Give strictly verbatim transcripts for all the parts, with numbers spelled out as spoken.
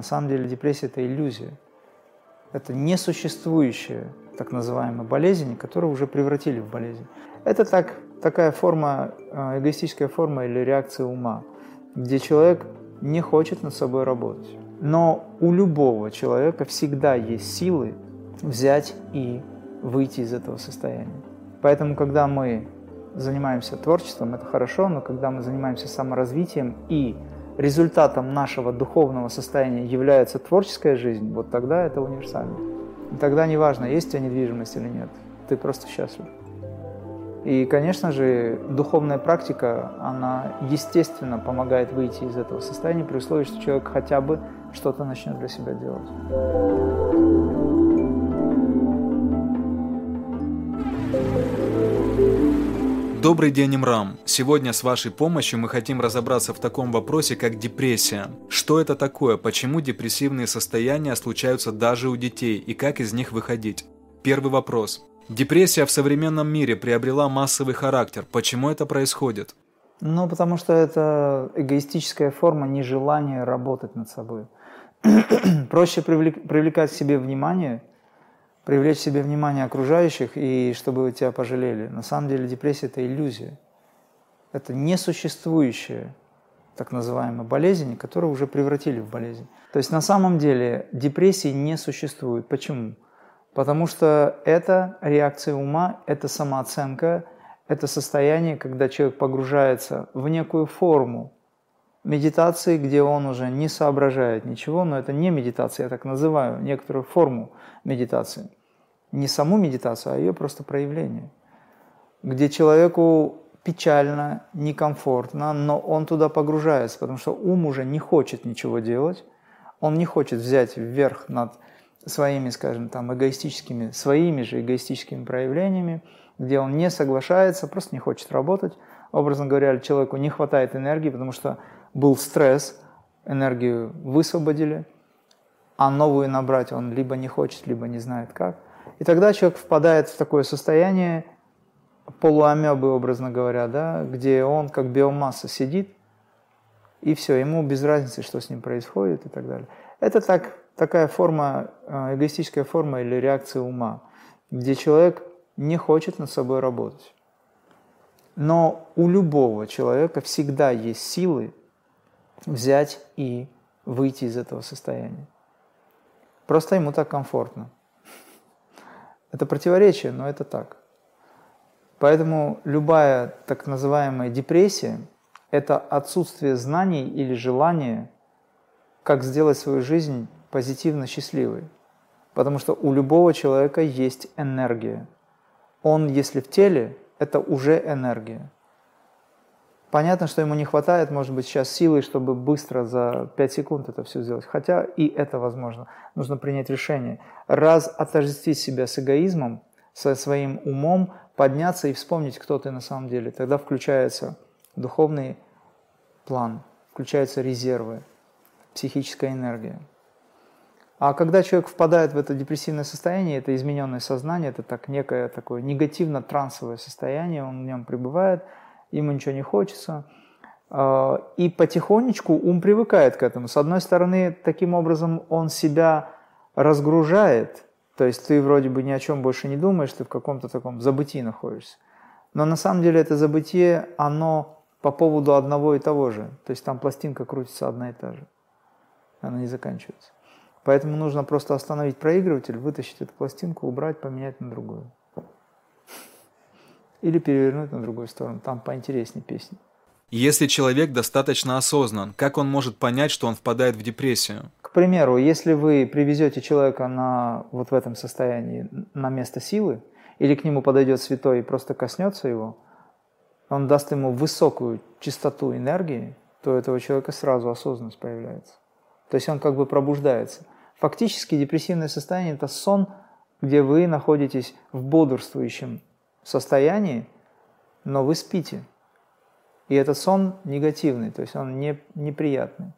На самом деле депрессия – это иллюзия. Это несуществующая так называемая болезнь, которую уже превратили в болезнь. Это так, такая форма, эгоистическая форма или реакция ума, где человек не хочет над собой работать. Но у любого человека всегда есть силы взять и выйти из этого состояния. Поэтому, когда мы занимаемся творчеством, это хорошо, но когда мы занимаемся саморазвитием и результатом нашего духовного состояния является творческая жизнь, вот тогда это универсально. И тогда неважно, есть у тебя недвижимость или нет, ты просто счастлив. И, конечно же, духовная практика, она естественно помогает выйти из этого состояния при условии, что человек хотя бы что-то начнет для себя делать. Добрый день, Имрам! Сегодня с вашей помощью мы хотим разобраться в таком вопросе, как депрессия. Что это такое, почему депрессивные состояния случаются даже у детей и как из них выходить? Первый вопрос. Депрессия в современном мире приобрела массовый характер. Почему это происходит? Ну, потому что это эгоистическая форма нежелания работать над собой. Проще привлек, привлекать к себе внимание, привлечь к себе внимание окружающих, и чтобы тебя пожалели. На самом деле депрессия – это иллюзия. Это несуществующая так называемая болезнь, которую уже превратили в болезнь. То есть на самом деле депрессии не существует. Почему? Потому что это реакция ума, это самооценка, это состояние, когда человек погружается в некую форму медитации, где он уже не соображает ничего, но это не медитация, я так называю, некоторую форму медитации. Не саму медитацию, а ее просто проявление. Где человеку печально, некомфортно, но он туда погружается, потому что ум уже не хочет ничего делать, он не хочет взять вверх над своими, скажем, там, эгоистическими, своими же эгоистическими проявлениями, где он не соглашается, просто не хочет работать. Образно говоря, человеку не хватает энергии, потому что был стресс, энергию высвободили, а новую набрать он либо не хочет, либо не знает как. И тогда человек впадает в такое состояние полуамебы, образно говоря, да, где он как биомасса сидит, и все, ему без разницы, что с ним происходит и так далее. Это так, такая форма, эгоистическая форма или реакция ума, где человек не хочет над собой работать. Но у любого человека всегда есть силы взять и выйти из этого состояния. Просто ему так комфортно. Это противоречие, но это так. Поэтому любая так называемая депрессия – это отсутствие знаний или желания, как сделать свою жизнь позитивно счастливой. Потому что у любого человека есть энергия. Он, если в теле, это уже энергия. Понятно, что ему не хватает, может быть, сейчас силы, чтобы быстро за пять секунд это все сделать. Хотя и это возможно. Нужно принять решение. Раз отождествить себя с эгоизмом, со своим умом, подняться и вспомнить, кто ты на самом деле. Тогда включается духовный план, включаются резервы, психическая энергия. А когда человек впадает в это депрессивное состояние, это измененное сознание, это так некое такое негативно-трансовое состояние, он в нем пребывает, ему ничего не хочется. И потихонечку ум привыкает к этому. С одной стороны, таким образом он себя разгружает, то есть ты вроде бы ни о чем больше не думаешь, ты в каком-то таком забытии находишься. Но на самом деле это забытие, оно по поводу одного и того же. То есть там пластинка крутится одна и та же. Она не заканчивается. Поэтому нужно просто остановить проигрыватель, вытащить эту пластинку, убрать, поменять на другую. Или перевернуть на другую сторону, там поинтереснее песни. Если человек достаточно осознан, как он может понять, что он впадает в депрессию? К примеру, если вы привезете человека на, вот в этом состоянии на место силы, или к нему подойдет святой и просто коснется его, он даст ему высокую частоту энергии, то у этого человека сразу осознанность появляется. То есть он как бы пробуждается. Фактически депрессивное состояние – это сон, где вы находитесь в бодрствующем состоянии, но вы спите. И этот сон негативный, то есть он не, неприятный.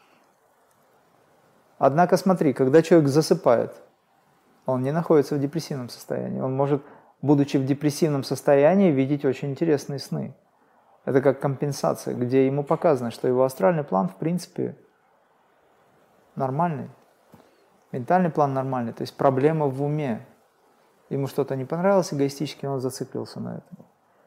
Однако смотри, когда человек засыпает, он не находится в депрессивном состоянии. Он может, будучи в депрессивном состоянии, видеть очень интересные сны. Это как компенсация, где ему показано, что его астральный план, в принципе, нормальный. Ментальный план нормальный, то есть проблема в уме. Ему что-то не понравилось эгоистически, он зациклился на этом.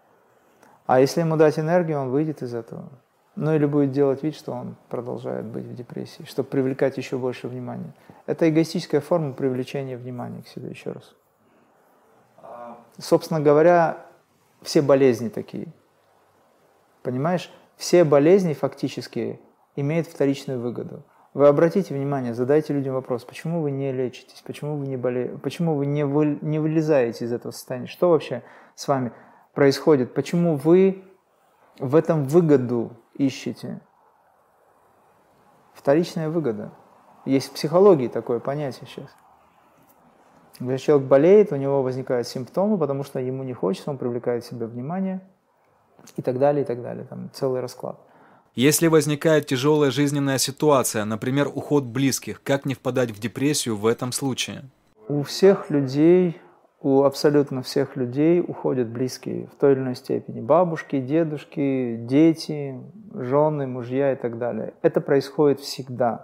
А если ему дать энергию, он выйдет из этого. Ну или будет делать вид, что он продолжает быть в депрессии, чтобы привлекать еще больше внимания. Это эгоистическая форма привлечения внимания к себе, еще раз. Собственно говоря, все болезни такие. Понимаешь? Все болезни фактически имеют вторичную выгоду. Вы обратите внимание, задайте людям вопрос, почему вы не лечитесь, почему вы не болеете, почему вы не, вы, не вылезаете из этого состояния, что вообще с вами происходит, почему вы в этом выгоду ищете. Вторичная выгода. Есть в психологии такое понятие сейчас. Когда человек болеет, у него возникают симптомы, потому что ему не хочется, он привлекает в себя внимание и так далее, и так далее. Там целый расклад. Если возникает тяжелая жизненная ситуация, например, уход близких, как не впадать в депрессию в этом случае? У всех людей, у абсолютно всех людей уходят близкие в той или иной степени. Бабушки, дедушки, дети, жены, мужья и так далее. Это происходит всегда.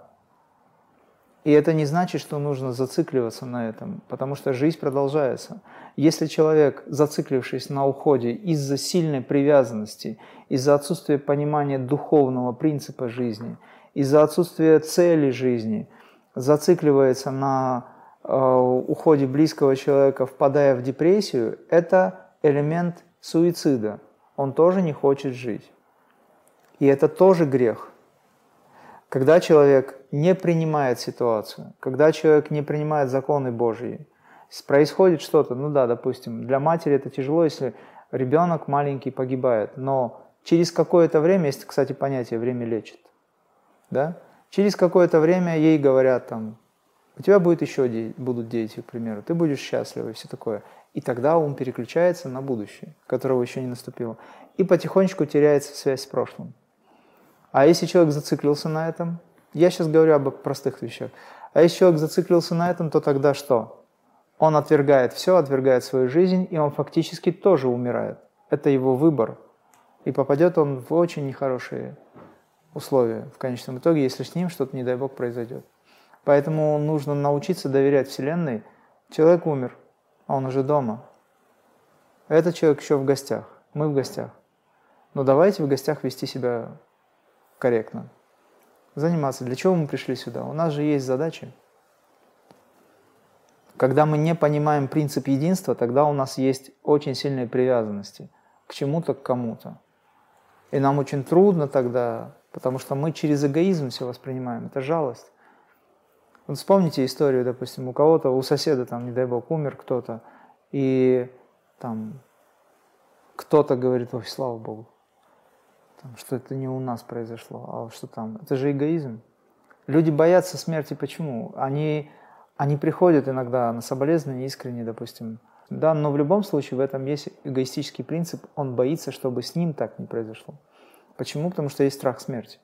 И это не значит, что нужно зацикливаться на этом, потому что жизнь продолжается. Если человек, зациклившись на уходе из-за сильной привязанности, из-за отсутствия понимания духовного принципа жизни, из-за отсутствия цели жизни, зацикливается на э, уходе близкого человека, впадая в депрессию, это элемент суицида. Он тоже не хочет жить. И это тоже грех. Когда человек не принимает ситуацию, когда человек не принимает законы Божьи, происходит что-то, ну да, допустим, для матери это тяжело, если ребенок маленький погибает, но через какое-то время, есть, кстати, понятие «время лечит», да? Через какое-то время ей говорят там, у тебя будет еще де- будут дети, к примеру, ты будешь счастлива и все такое. И тогда ум переключается на будущее, которого еще не наступило, и потихонечку теряется связь с прошлым. А если человек зациклился на этом, я сейчас говорю об простых вещах, а если человек зациклился на этом, то тогда что? Он отвергает все, отвергает свою жизнь, и он фактически тоже умирает. Это его выбор. И попадет он в очень нехорошие условия в конечном итоге, если с ним что-то, не дай Бог, произойдет. Поэтому нужно научиться доверять Вселенной. Человек умер, а он уже дома. Этот человек еще в гостях, мы в гостях. Но давайте в гостях вести себя корректно. Заниматься. Для чего мы пришли сюда? У нас же есть задачи. Когда мы не понимаем принцип единства, тогда у нас есть очень сильные привязанности к чему-то, к кому-то. И нам очень трудно тогда, потому что мы через эгоизм все воспринимаем. Это жалость. Вот вспомните историю, допустим, у кого-то, у соседа, там, не дай Бог, умер кто-то, и там кто-то говорит: ой, слава Богу, что это не у нас произошло, а что там. Это же эгоизм. Люди боятся смерти. Почему? Они, они приходят иногда на соболезнования искренне, допустим. Да, но в любом случае в этом есть эгоистический принцип. Он боится, чтобы с ним так не произошло. Почему? Потому что есть страх смерти.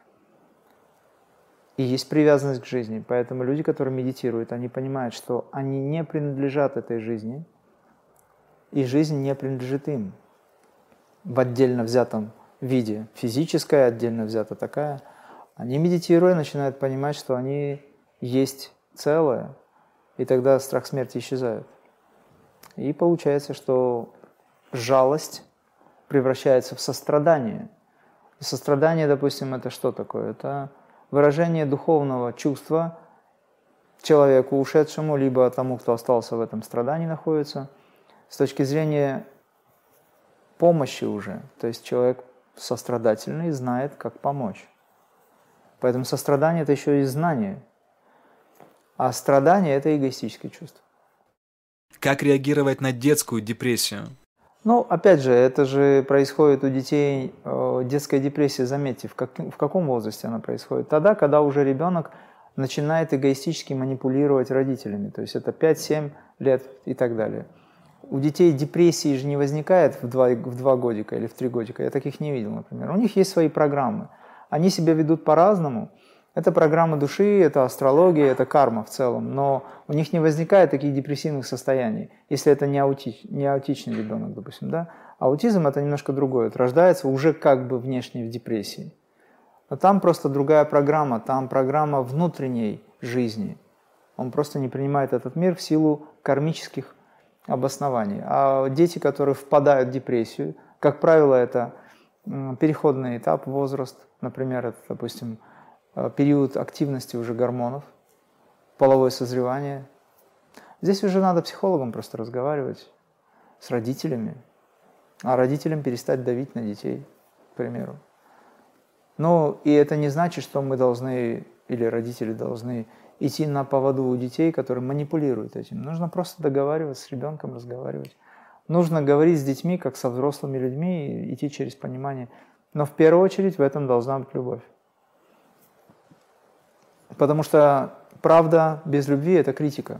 И есть привязанность к жизни. Поэтому люди, которые медитируют, они понимают, что они не принадлежат этой жизни, и жизнь не принадлежит им в отдельно взятом виде, физическая, отдельно взята такая. Они, медитируя, начинают понимать, что они есть целое, и тогда страх смерти исчезает. И получается, что жалость превращается в сострадание. И сострадание, допустим, это что такое? Это выражение духовного чувства человеку ушедшему, либо тому, кто остался в этом страдании находится, с точки зрения помощи уже. То есть человек сострадательный, знает, как помочь. Поэтому сострадание – это еще и знание. А страдание – это эгоистическое чувство. Как реагировать на детскую депрессию? Ну, опять же, это же происходит у детей, э, детская депрессия, заметьте, в, как, в каком возрасте она происходит? Тогда, когда уже ребенок начинает эгоистически манипулировать родителями. То есть это пять-семь лет и так далее. У детей депрессии же не возникает в два, в два годика или в три годика. Я таких не видел, например. У них есть свои программы. Они себя ведут по-разному. Это программа души, это астрология, это карма в целом. Но у них не возникает таких депрессивных состояний, если это не, аутич, не аутичный ребенок, допустим. Да? Аутизм – это немножко другое. Это рождается уже как бы внешне в депрессии. Но там просто другая программа, там программа внутренней жизни. Он просто не принимает этот мир в силу кармических обоснований. А дети, которые впадают в депрессию, как правило, это переходный этап, возраст, например, это, допустим, период активности уже гормонов, половое созревание. Здесь уже надо психологам просто разговаривать с родителями, а родителям перестать давить на детей, к примеру. Ну, и это не значит, что мы должны, или родители должны идти на поводу у детей, которые манипулируют этим. Нужно просто договариваться с ребенком, разговаривать. Нужно говорить с детьми, как со взрослыми людьми, и идти через понимание. Но в первую очередь в этом должна быть любовь. Потому что правда без любви – это критика.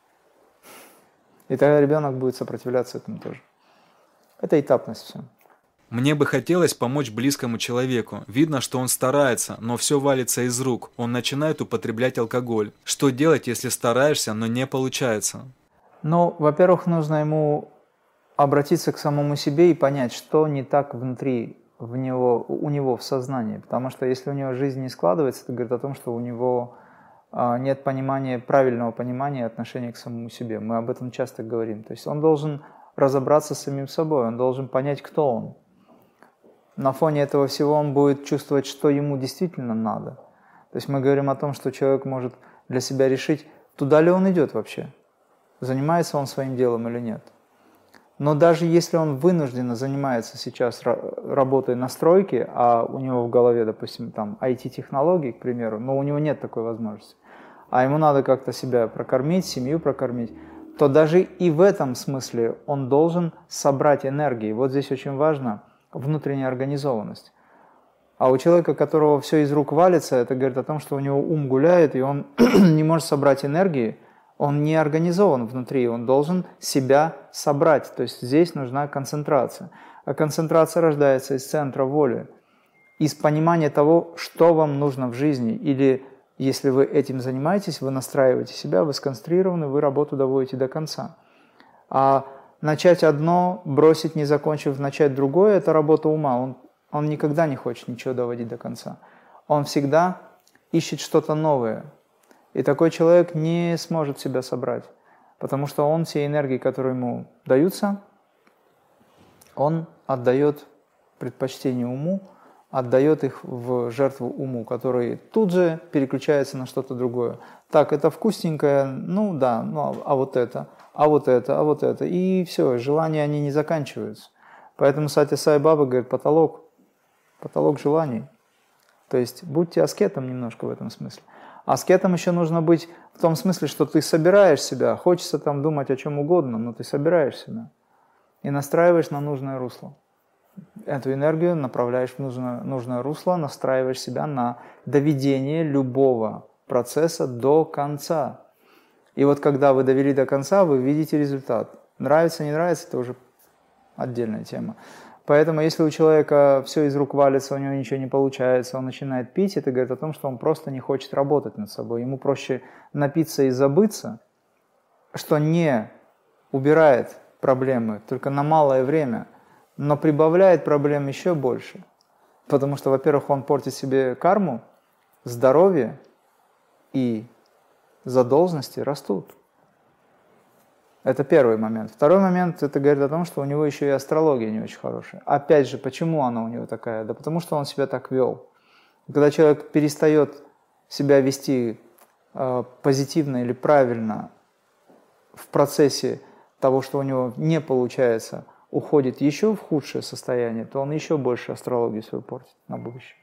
И тогда ребенок будет сопротивляться этому тоже. Это этапность все. Мне бы хотелось помочь близкому человеку. Видно, что он старается, но все валится из рук. Он начинает употреблять алкоголь. Что делать, если стараешься, но не получается? Ну, во-первых, нужно ему обратиться к самому себе и понять, что не так внутри в него, у него в сознании. Потому что если у него жизнь не складывается, это говорит о том, что у него а, нет понимания, правильного понимания отношения к самому себе. Мы об этом часто говорим. То есть он должен разобраться с самим собой, он должен понять, кто он. На фоне этого всего он будет чувствовать, что ему действительно надо. То есть мы говорим о том, что человек может для себя решить, туда ли он идет вообще, занимается он своим делом или нет. Но даже если он вынужденно занимается сейчас работой на стройке, а у него в голове, допустим, там ай ти-технологии, к примеру, но у него нет такой возможности, а ему надо как-то себя прокормить, семью прокормить, то даже и в этом смысле он должен собрать энергии. Вот здесь очень важно внутренняя организованность. А у человека, у которого все из рук валится, это говорит о том, что у него ум гуляет, и он не может собрать энергии, он не организован внутри, он должен себя собрать. То есть здесь нужна концентрация. А концентрация рождается из центра воли, из понимания того, что вам нужно в жизни. Или если вы этим занимаетесь, вы настраиваете себя, вы сконцентрированы, вы работу доводите до конца. А начать одно, бросить не закончив, начать другое – это работа ума. Он, он никогда не хочет ничего доводить до конца. Он всегда ищет что-то новое. И такой человек не сможет себя собрать, потому что он все энергии, которые ему даются, он отдает предпочтение уму, отдает их в жертву уму, который тут же переключается на что-то другое. Так, это вкусненькое, ну да, ну, а вот это, а вот это, а вот это. И все, желания, они не заканчиваются. Поэтому Сати Сай Баба говорит, потолок, потолок желаний. То есть будьте аскетом немножко в этом смысле. Аскетом еще нужно быть в том смысле, что ты собираешь себя, хочется там думать о чем угодно, но ты собираешь себя и настраиваешь на нужное русло. Эту энергию направляешь в нужное, нужное русло, настраиваешь себя на доведение любого процесса до конца. И вот когда вы довели до конца, вы видите результат. Нравится, не нравится, это уже отдельная тема. Поэтому если у человека все из рук валится, у него ничего не получается, он начинает пить, это говорит о том, что он просто не хочет работать над собой. Ему проще напиться и забыться, что не убирает проблемы только на малое время, но прибавляет проблем еще больше. Потому что, во-первых, он портит себе карму, здоровье и задолженности растут. Это первый момент. Второй момент, это говорит о том, что у него еще и астрология не очень хорошая. Опять же, почему она у него такая? Да потому что он себя так вел. Когда человек перестает себя вести э, позитивно или правильно в процессе того, что у него не получается, уходит еще в худшее состояние, то он еще больше астрологию свою портит на будущее.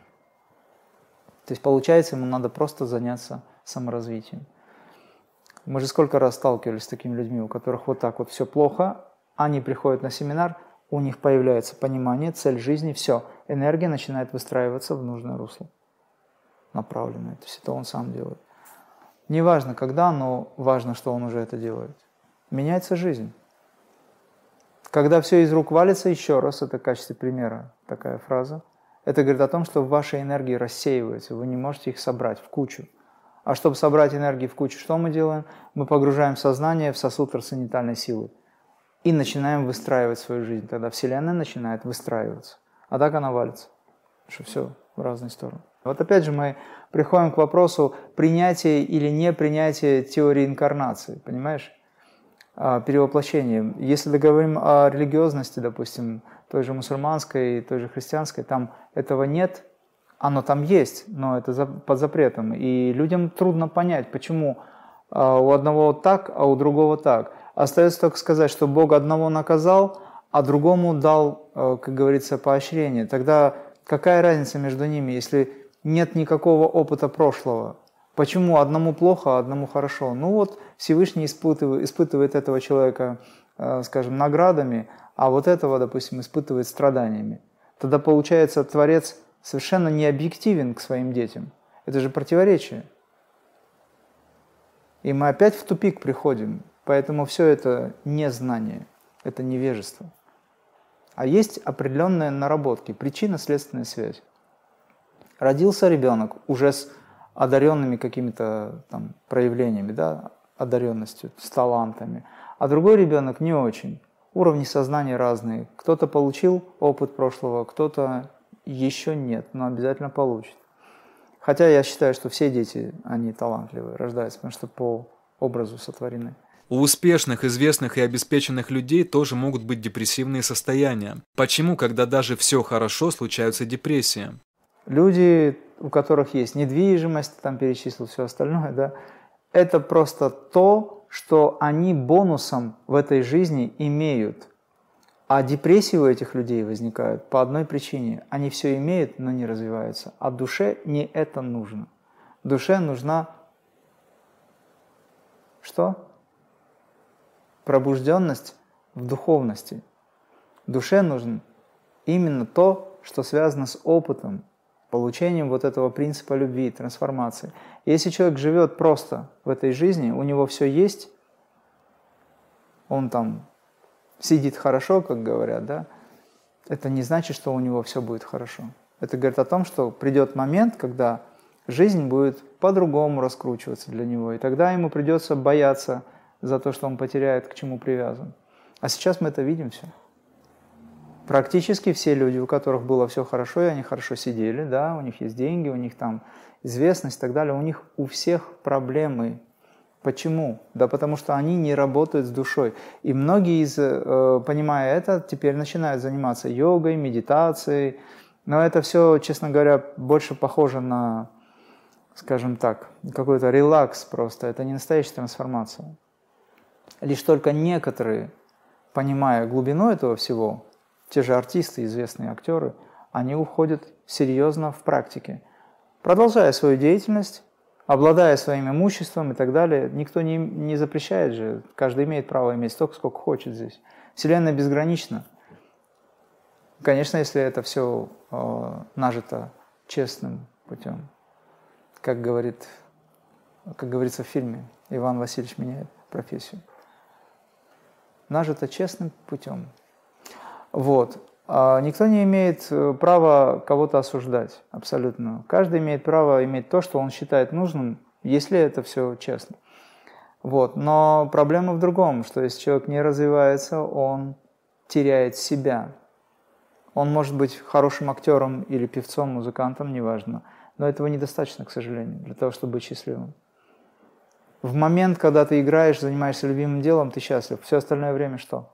То есть, получается, ему надо просто заняться саморазвитием. Мы же сколько раз сталкивались с такими людьми, у которых вот так вот все плохо, они приходят на семинар, у них появляется понимание, цель жизни, все, энергия начинает выстраиваться в нужное русло, направленное. То есть это он сам делает. Не важно когда, но важно, что он уже это делает. Меняется жизнь. Когда все из рук валится, еще раз, это в качестве примера такая фраза, это говорит о том, что ваши энергии рассеиваются, вы не можете их собрать в кучу. А чтобы собрать энергии в кучу, что мы делаем? Мы погружаем сознание в сосуд трансцендентальной силы и начинаем выстраивать свою жизнь. Тогда Вселенная начинает выстраиваться. А так она валится. что все в разные стороны. Вот опять же мы приходим к вопросу принятия или непринятия теории инкарнации, понимаешь? Перевоплощения. Если мы говорим о религиозности, допустим, той же мусульманской, той же христианской, там этого нет, оно там есть, но это под запретом. И людям трудно понять, почему у одного так, а у другого так. Остается только сказать, что Бог одного наказал, а другому дал, как говорится, поощрение. Тогда какая разница между ними, если нет никакого опыта прошлого? Почему одному плохо, а одному хорошо? Ну вот Всевышний испытывает, испытывает этого человека, скажем, наградами, а вот этого, допустим, испытывает страданиями. Тогда получается, Творец совершенно не объективен к своим детям. Это же противоречие. И мы опять в тупик приходим. Поэтому все это не знание, это невежество. А есть определенные наработки, причинно-следственная связь. Родился ребенок уже с одаренными какими-то там проявлениями, да, одаренностью, с талантами, а другой ребенок не очень. Уровни сознания разные. Кто-то получил опыт прошлого, кто-то еще нет, но обязательно получит. Хотя я считаю, что все дети, они талантливые, рождаются, потому что по образу сотворены. У успешных, известных и обеспеченных людей тоже могут быть депрессивные состояния. Почему, когда даже все хорошо, случаются депрессии? Люди, у которых есть недвижимость, там перечислил все остальное, да, это просто то, что они бонусом в этой жизни имеют. А депрессии у этих людей возникают по одной причине. Они все имеют, но не развиваются. А душе не это нужно. Душе нужна что? Пробужденность в духовности. Душе нужно именно то, что связано с опытом, получением вот этого принципа любви, трансформации. Если человек живет просто в этой жизни, у него все есть, он там сидит хорошо, как говорят, да, это не значит, что у него все будет хорошо. Это говорит о том, что придет момент, когда жизнь будет по-другому раскручиваться для него, и тогда ему придется бояться за то, что он потеряет, к чему привязан. А сейчас мы это видим все. Практически все люди, у которых было все хорошо, и они хорошо сидели, да, у них есть деньги, у них там известность и так далее, у них у всех проблемы. Почему? Да потому что они не работают с душой. И многие, из, понимая это, теперь начинают заниматься йогой, медитацией. Но это все, честно говоря, больше похоже на, скажем так, какой-то релакс просто. Это не настоящая трансформация. Лишь только некоторые, понимая глубину этого всего, те же артисты, известные актеры, они уходят серьезно в практике. Продолжая свою деятельность, обладая своим имуществом и так далее, никто не, не запрещает же, каждый имеет право иметь столько, сколько хочет здесь. Вселенная безгранична. Конечно, если это все э, нажито честным путем, как, говорит, как говорится в фильме, Иван Васильевич меняет профессию. Нажито честным путем. Вот. А никто не имеет права кого-то осуждать, абсолютно. Каждый имеет право иметь то, что он считает нужным, если это все честно. Вот. Но проблема в другом, что если человек не развивается, он теряет себя. Он может быть хорошим актером или певцом, музыкантом, неважно, но этого недостаточно, к сожалению, для того, чтобы быть счастливым. В момент, когда ты играешь, занимаешься любимым делом, ты счастлив. Все остальное время что?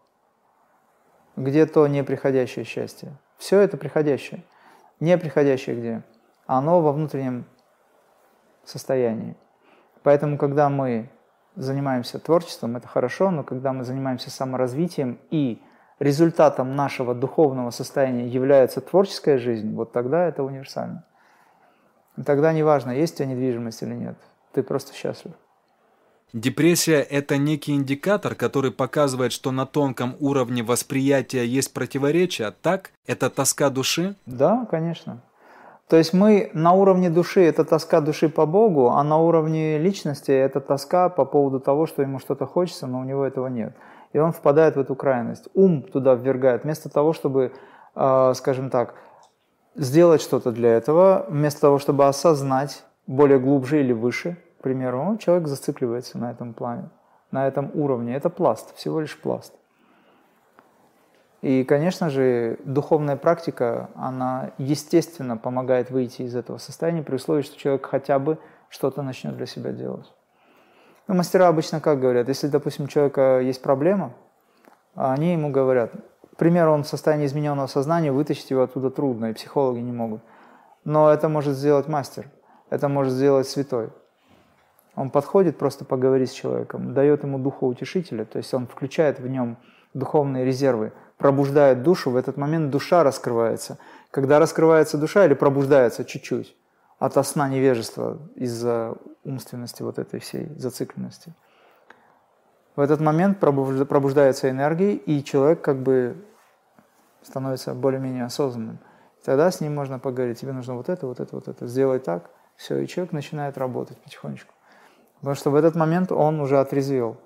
Где то неприходящее счастье? Все это приходящее. Неприходящее где? Оно во внутреннем состоянии. Поэтому, когда мы занимаемся творчеством, это хорошо, но когда мы занимаемся саморазвитием и результатом нашего духовного состояния является творческая жизнь, вот тогда это универсально. И тогда неважно, есть у тебя недвижимость или нет, ты просто счастлив. Депрессия – это некий индикатор, который показывает, что на тонком уровне восприятия есть противоречия, так? Это тоска души? Да, конечно. То есть мы на уровне души – это тоска души по Богу, а на уровне личности – это тоска по поводу того, что ему что-то хочется, но у него этого нет. И он впадает в эту крайность. Ум туда ввергает. Вместо того, чтобы, э, скажем так, сделать что-то для этого, вместо того, чтобы осознать более глубже или выше, к примеру, человек зацикливается на этом плане, на этом уровне. Это пласт, всего лишь пласт. И, конечно же, духовная практика, она, естественно, помогает выйти из этого состояния при условии, что человек хотя бы что-то начнет для себя делать. Ну, мастера обычно как говорят, если, допустим, у человека есть проблема, они ему говорят, к примеру, он в состоянии измененного сознания, вытащить его оттуда трудно, и психологи не могут. Но это может сделать мастер, это может сделать святой. Он подходит, просто поговорить с человеком, дает ему духоутешителя, то есть он включает в нем духовные резервы, пробуждает душу, в этот момент душа раскрывается. Когда раскрывается душа или пробуждается чуть-чуть ото сна невежества из-за умственности вот этой всей зацикленности, в этот момент пробуждается энергия, и человек как бы становится более-менее осознанным. Тогда с ним можно поговорить, тебе нужно вот это, вот это, вот это, сделай так, все, и человек начинает работать потихонечку. Потому что в этот момент он уже отрезвел.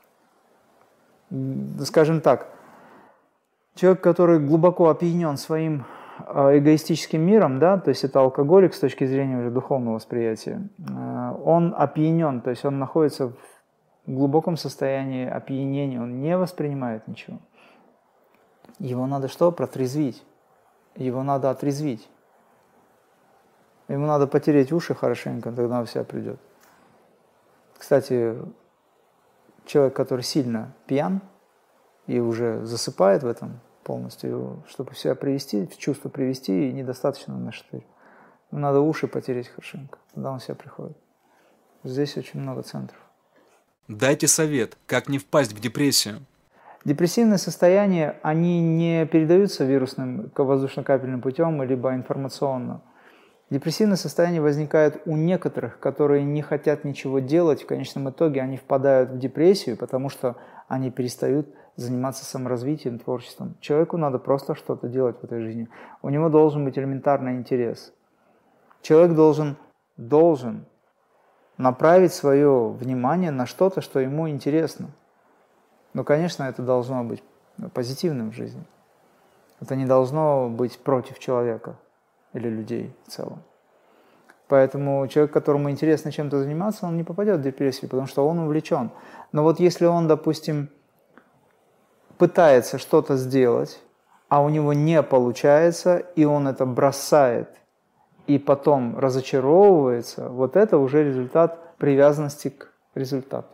Скажем так, человек, который глубоко опьянен своим эгоистическим миром, да, то есть это алкоголик с точки зрения уже духовного восприятия, он опьянен, то есть он находится в глубоком состоянии опьянения, он не воспринимает ничего. Его надо что? Протрезвить. Его надо отрезвить. Ему надо потереть уши хорошенько, тогда он в себя придет. Кстати, человек, который сильно пьян и уже засыпает в этом полностью, чтобы себя привести, в чувство привести, недостаточно на штырь. Ему надо уши потереть хорошенько, тогда он в себя приходит. Здесь очень много центров. Дайте совет, как не впасть в депрессию. Депрессивные состояния, они не передаются вирусным воздушно-капельным путем, либо информационно. Депрессивные состояния возникают у некоторых, которые не хотят ничего делать. В конечном итоге они впадают в депрессию, потому что они перестают заниматься саморазвитием, творчеством. Человеку надо просто что-то делать в этой жизни. У него должен быть элементарный интерес. Человек должен, должен направить свое внимание на что-то, что ему интересно. Но, конечно, это должно быть позитивным в жизни. Это не должно быть против человека или людей в целом. Поэтому человек, которому интересно чем-то заниматься, он не попадет в депрессию, потому что он увлечен. Но вот если он, допустим, пытается что-то сделать, а у него не получается, и он это бросает, и потом разочаровывается, вот это уже результат привязанности к результату.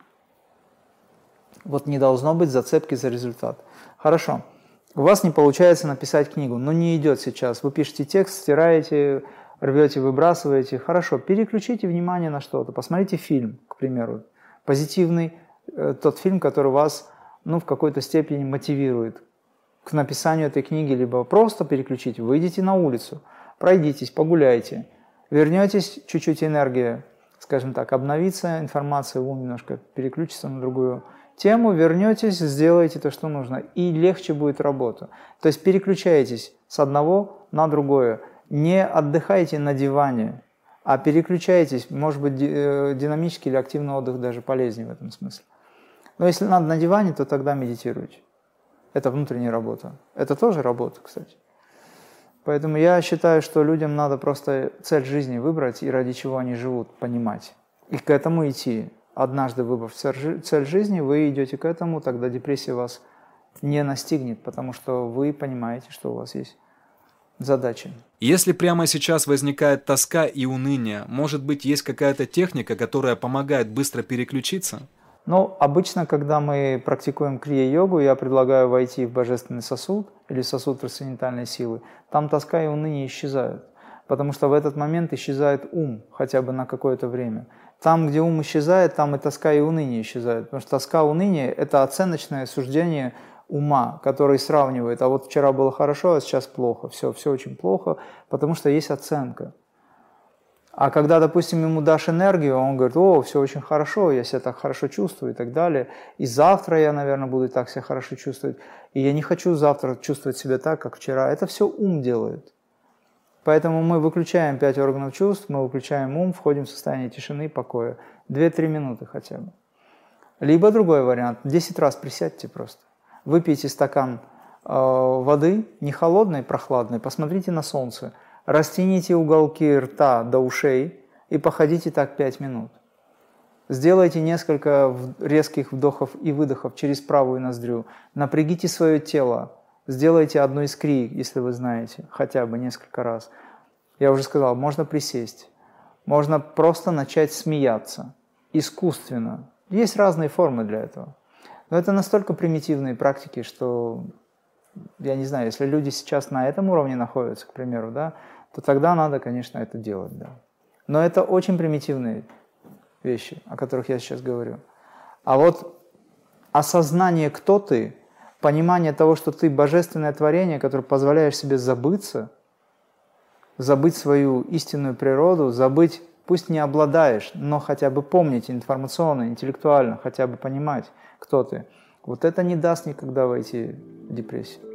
Вот не должно быть зацепки за результат. Хорошо. У вас не получается написать книгу, но не идет сейчас. Вы пишете текст, стираете, рвете, выбрасываете. Хорошо, переключите внимание на что-то. Посмотрите фильм, к примеру. Позитивный, э, тот фильм, который вас ну, в какой-то степени мотивирует к написанию этой книги, либо просто переключите. Выйдите на улицу, пройдитесь, погуляйте. Вернетесь, чуть-чуть энергия, скажем так, обновится, информация в ум немножко переключится на другую тему, вернетесь, сделаете то, что нужно, и легче будет работа. То есть переключаетесь с одного на другое. Не отдыхайте на диване, а переключаетесь. Может быть, динамический или активный отдых даже полезнее в этом смысле. Но если надо на диване, то тогда медитируйте. Это внутренняя работа. Это тоже работа, кстати. Поэтому я считаю, что людям надо просто цель жизни выбрать и ради чего они живут, понимать. И к этому идти. Однажды выбрав цель жизни, вы идете к этому, тогда депрессия вас не настигнет, потому что вы понимаете, что у вас есть задача. Если прямо сейчас возникает тоска и уныние, может быть, есть какая-то техника, которая помогает быстро переключиться? Ну, обычно, когда мы практикуем крия-йогу, я предлагаю войти в божественный сосуд или сосуд трансцендентальной силы. Там тоска и уныние исчезают, потому что в этот момент исчезает ум, хотя бы на какое-то время. Там, где ум исчезает, там и тоска, и уныние исчезают. Потому что тоска, уныние – это оценочное суждение ума, который сравнивает. А вот вчера было хорошо, а сейчас плохо. Все, все очень плохо, потому что есть оценка. А когда, допустим, ему дашь энергию, он говорит, о, все очень хорошо, я себя так хорошо чувствую и так далее. И завтра я, наверное, буду так себя хорошо чувствовать. И я не хочу завтра чувствовать себя так, как вчера. Это все ум делает. Поэтому мы выключаем пять органов чувств, мы выключаем ум, входим в состояние тишины и покоя. две-три минуты хотя бы. Либо другой вариант. десять раз присядьте просто. Выпейте стакан э, воды, не холодной, прохладной, посмотрите на солнце. Растяните уголки рта до ушей и походите так пять минут. Сделайте несколько резких вдохов и выдохов через правую ноздрю. Напрягите свое тело. Сделайте одну из кри, если вы знаете, хотя бы несколько раз. Я уже сказал, можно присесть, можно просто начать смеяться, искусственно. Есть разные формы для этого. Но это настолько примитивные практики, что, я не знаю, если люди сейчас на этом уровне находятся, к примеру, да, то тогда надо, конечно, это делать. Да. Но это очень примитивные вещи, о которых я сейчас говорю. А вот осознание, кто ты, понимание того, что ты божественное творение, которое позволяешь себе забыться, забыть свою истинную природу, забыть, пусть не обладаешь, но хотя бы помнить информационно, интеллектуально, хотя бы понимать, кто ты. Вот это не даст никогда войти в депрессию.